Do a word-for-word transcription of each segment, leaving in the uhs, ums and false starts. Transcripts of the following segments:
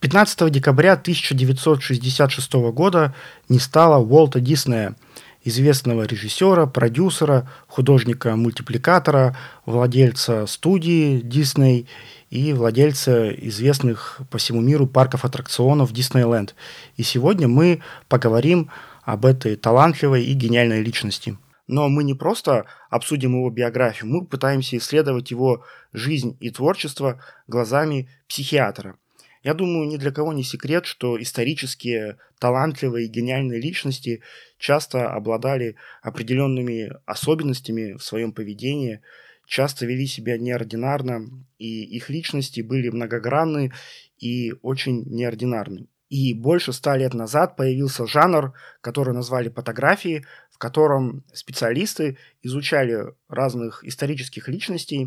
пятнадцатого декабря тысяча девятьсот шестьдесят шестого года не стало Уолта Диснея, известного режиссера, продюсера, художника-мультипликатора, владельца студии Disney и владельца известных по всему миру парков аттракционов Диснейленд. И сегодня мы поговорим об этой талантливой и гениальной личности. Но мы не просто обсудим его биографию, мы пытаемся исследовать его жизнь и творчество глазами психиатра. Я думаю, ни для кого не секрет, что исторические талантливые и гениальные личности часто обладали определенными особенностями в своем поведении, часто вели себя неординарно, и их личности были многогранны и очень неординарны. И больше ста лет назад появился жанр, который назвали фотографией, в котором специалисты изучали разных исторических личностей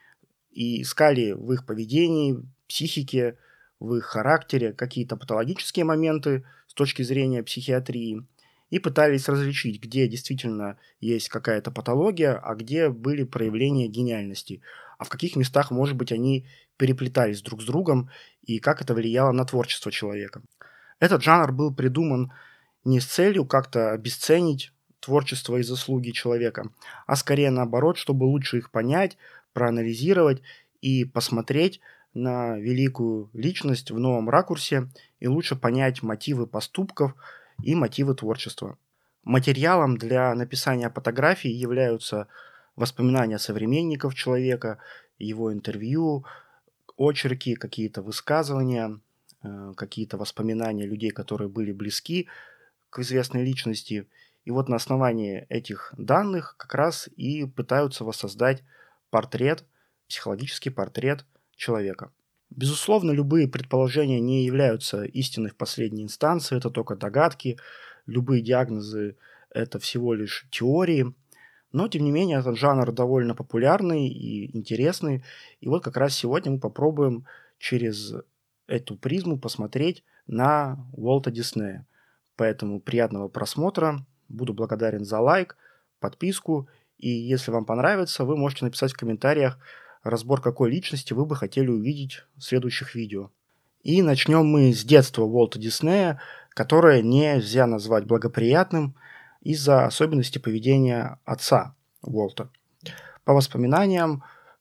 и искали в их поведении, психике, в их характере какие-то патологические моменты с точки зрения психиатрии и пытались различить, где действительно есть какая-то патология, а где были проявления гениальности, а в каких местах, может быть, они переплетались друг с другом и как это влияло на творчество человека. Этот жанр был придуман не с целью как-то обесценить творчество и заслуги человека, а скорее наоборот, чтобы лучше их понять, проанализировать и посмотреть на великую личность в новом ракурсе и лучше понять мотивы поступков и мотивы творчества. Материалом для написания фотографий являются воспоминания современников человека, его интервью, очерки, какие-то высказывания, какие-то воспоминания людей, которые были близки к известной личности. И вот на основании этих данных как раз и пытаются воссоздать портрет, психологический портрет человека. Безусловно, любые предположения не являются истиной в последней инстанции, это только догадки, любые диагнозы – это всего лишь теории, но, тем не менее, этот жанр довольно популярный и интересный, и вот как раз сегодня мы попробуем через эту призму посмотреть на Уолта Диснея. Поэтому приятного просмотра, буду благодарен за лайк, подписку, и если вам понравится, вы можете написать в комментариях разбор какой личности вы бы хотели увидеть в следующих видео. И начнем мы с детства Уолта Диснея, которое нельзя назвать благоприятным из-за особенностей поведения отца Уолта. По воспоминаниям,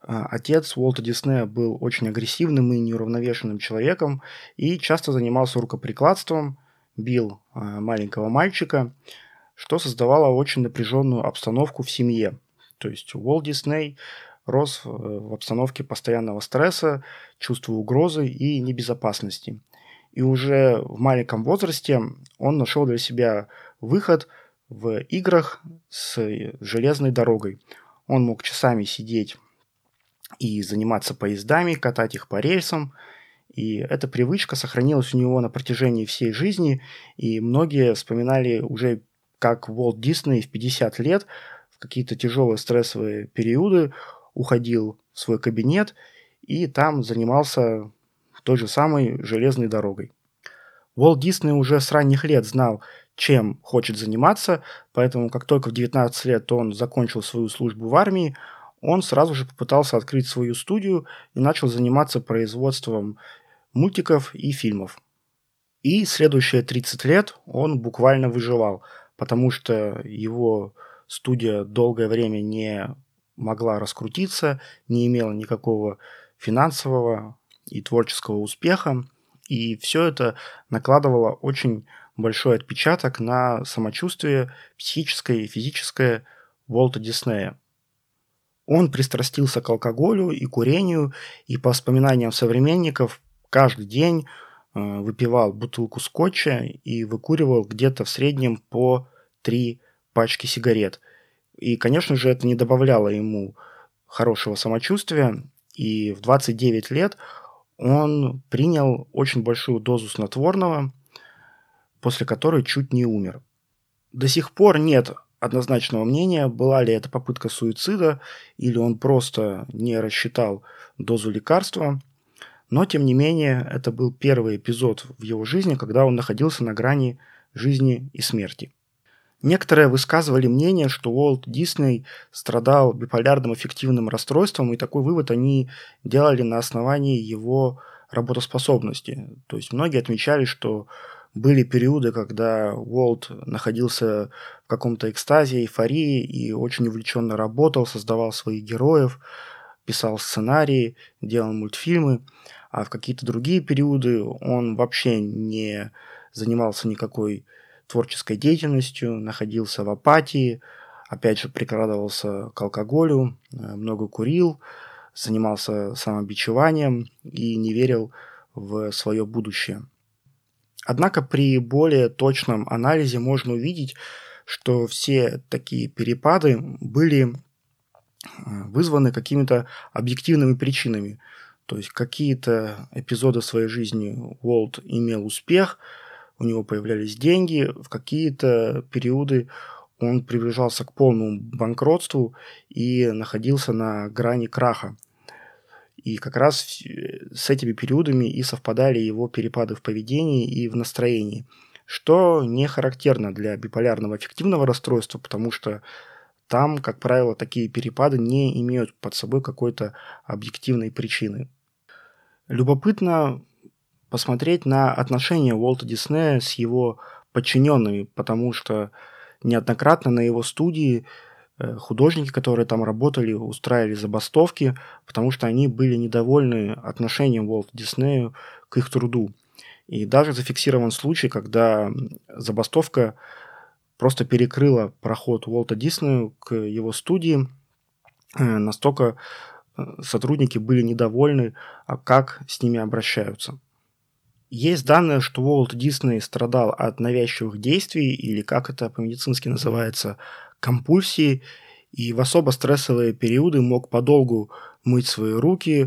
отец Уолта Диснея был очень агрессивным и неуравновешенным человеком и часто занимался рукоприкладством, бил маленького мальчика, что создавало очень напряженную обстановку в семье. То есть Уолт Дисней рос в обстановке постоянного стресса, чувства угрозы и небезопасности. И уже в маленьком возрасте он нашел для себя выход в играх с железной дорогой. Он мог часами сидеть и заниматься поездами, катать их по рельсам. И эта привычка сохранилась у него на протяжении всей жизни. И многие вспоминали уже, как Уолт Дисней в пятьдесят лет в какие-то тяжелые стрессовые периоды уходил в свой кабинет и там занимался той же самой железной дорогой. Уолт Дисней уже с ранних лет знал, чем хочет заниматься, поэтому как только в девятнадцать лет он закончил свою службу в армии, он сразу же попытался открыть свою студию и начал заниматься производством мультиков и фильмов. И следующие тридцать лет он буквально выживал, потому что его студия долгое время не могла раскрутиться, не имела никакого финансового и творческого успеха, и все это накладывало очень большой отпечаток на самочувствие психическое и физическое Уолта Диснея. Он пристрастился к алкоголю и курению, и по воспоминаниям современников каждый день э, выпивал бутылку скотча и выкуривал где-то в среднем по три пачки сигарет. И, конечно же, это не добавляло ему хорошего самочувствия, и в двадцать девять лет он принял очень большую дозу снотворного, после которой чуть не умер. До сих пор нет однозначного мнения, была ли это попытка суицида, или он просто не рассчитал дозу лекарства, но, тем не менее, это был первый эпизод в его жизни, когда он находился на грани жизни и смерти. Некоторые высказывали мнение, что Уолт Дисней страдал биполярным аффективным расстройством, и такой вывод они делали на основании его работоспособности. То есть многие отмечали, что были периоды, когда Уолт находился в каком-то экстазе, эйфории и очень увлеченно работал, создавал своих героев, писал сценарии, делал мультфильмы, а в какие-то другие периоды он вообще не занимался никакой творческой деятельностью, находился в апатии, опять же прикрадывался к алкоголю, много курил, занимался самобичеванием и не верил в свое будущее. Однако при более точном анализе можно увидеть, что все такие перепады были вызваны какими-то объективными причинами. То есть какие-то эпизоды своей жизни Уолт имел успех, у него появлялись деньги, в какие-то периоды он приближался к полному банкротству и находился на грани краха. И как раз с этими периодами и совпадали его перепады в поведении и в настроении, что не характерно для биполярного аффективного расстройства, потому что там, как правило, такие перепады не имеют под собой какой-то объективной причины. Любопытно посмотреть на отношения Уолта Диснея с его подчиненными, потому что неоднократно на его студии художники, которые там работали, устраивали забастовки, потому что они были недовольны отношением Уолта Диснея к их труду. И даже зафиксирован случай, когда забастовка просто перекрыла проход Уолта Диснея к его студии. Настолько сотрудники были недовольны, как с ними обращаются. Есть данные, что Уолт Дисней страдал от навязчивых действий, или как это по-медицински называется, компульсии, и в особо стрессовые периоды мог подолгу мыть свои руки,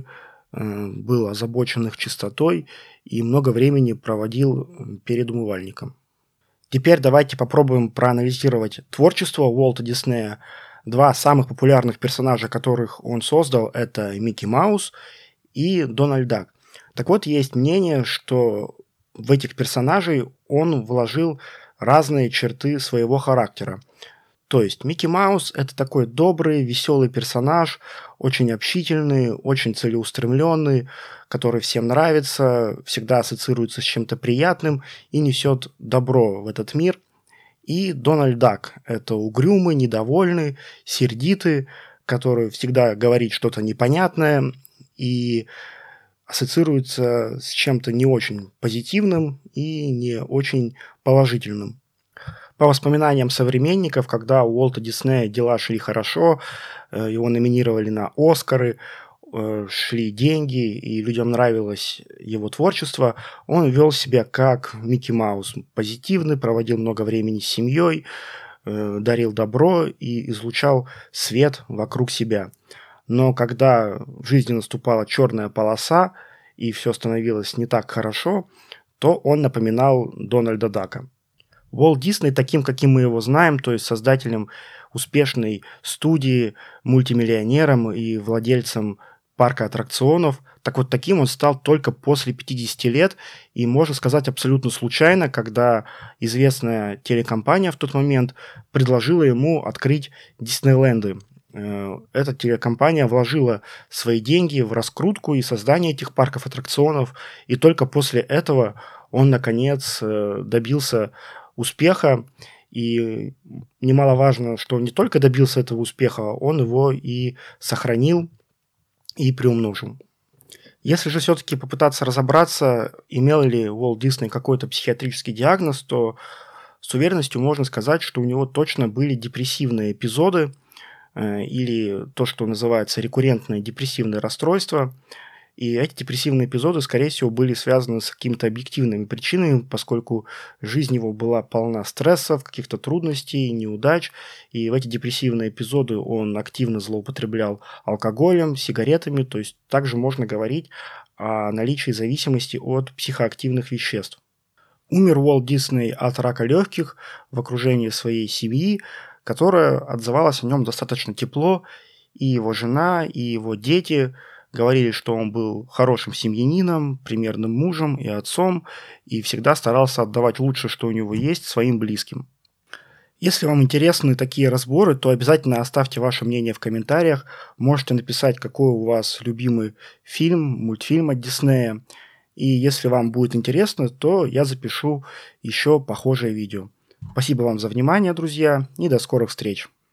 был озабочен их чистотой и много времени проводил перед умывальником. Теперь давайте попробуем проанализировать творчество Уолта Диснея. Два самых популярных персонажа, которых он создал, это Микки Маус и Дональд Дак. Так вот, есть мнение, что в этих персонажей он вложил разные черты своего характера. То есть Микки Маус – это такой добрый, веселый персонаж, очень общительный, очень целеустремленный, который всем нравится, всегда ассоциируется с чем-то приятным и несет добро в этот мир. И Дональд Дак – это угрюмый, недовольный, сердитый, который всегда говорит что-то непонятное и ассоциируется с чем-то не очень позитивным и не очень положительным. По воспоминаниям современников, когда у Уолта Диснея дела шли хорошо, его номинировали на Оскары, шли деньги, и людям нравилось его творчество, он вел себя как Микки Маус, позитивный, проводил много времени с семьей, дарил добро и излучал свет вокруг себя. Но когда в жизни наступала черная полоса, и все становилось не так хорошо, то он напоминал Дональда Дака. Уолт Дисней таким, каким мы его знаем, то есть создателем успешной студии, мультимиллионером и владельцем парка аттракционов, так вот таким он стал только после пятидесяти лет, и можно сказать абсолютно случайно, когда известная телекомпания в тот момент предложила ему открыть Диснейленды. Эта телекомпания вложила свои деньги в раскрутку и создание этих парков аттракционов, и только после этого он, наконец, добился успеха, и немаловажно, что он не только добился этого успеха, он его и сохранил, и приумножил. Если же все-таки попытаться разобраться, имел ли Уолт Дисней какой-то психиатрический диагноз, то с уверенностью можно сказать, что у него точно были депрессивные эпизоды, или то, что называется рекуррентное депрессивное расстройство. И эти депрессивные эпизоды, скорее всего, были связаны с какими-то объективными причинами, поскольку жизнь его была полна стрессов, каких-то трудностей, неудач. И в эти депрессивные эпизоды он активно злоупотреблял алкоголем, сигаретами. То есть также можно говорить о наличии зависимости от психоактивных веществ. Умер Уолт Дисней от рака легких в окружении своей семьи, которая отзывалась о нем достаточно тепло, и его жена, и его дети говорили, что он был хорошим семьянином, примерным мужем и отцом, и всегда старался отдавать лучшее, что у него есть, своим близким. Если вам интересны такие разборы, то обязательно оставьте ваше мнение в комментариях, можете написать, какой у вас любимый фильм, мультфильм от Диснея. И если вам будет интересно, то я запишу еще похожее видео. Спасибо вам за внимание, друзья, и до скорых встреч.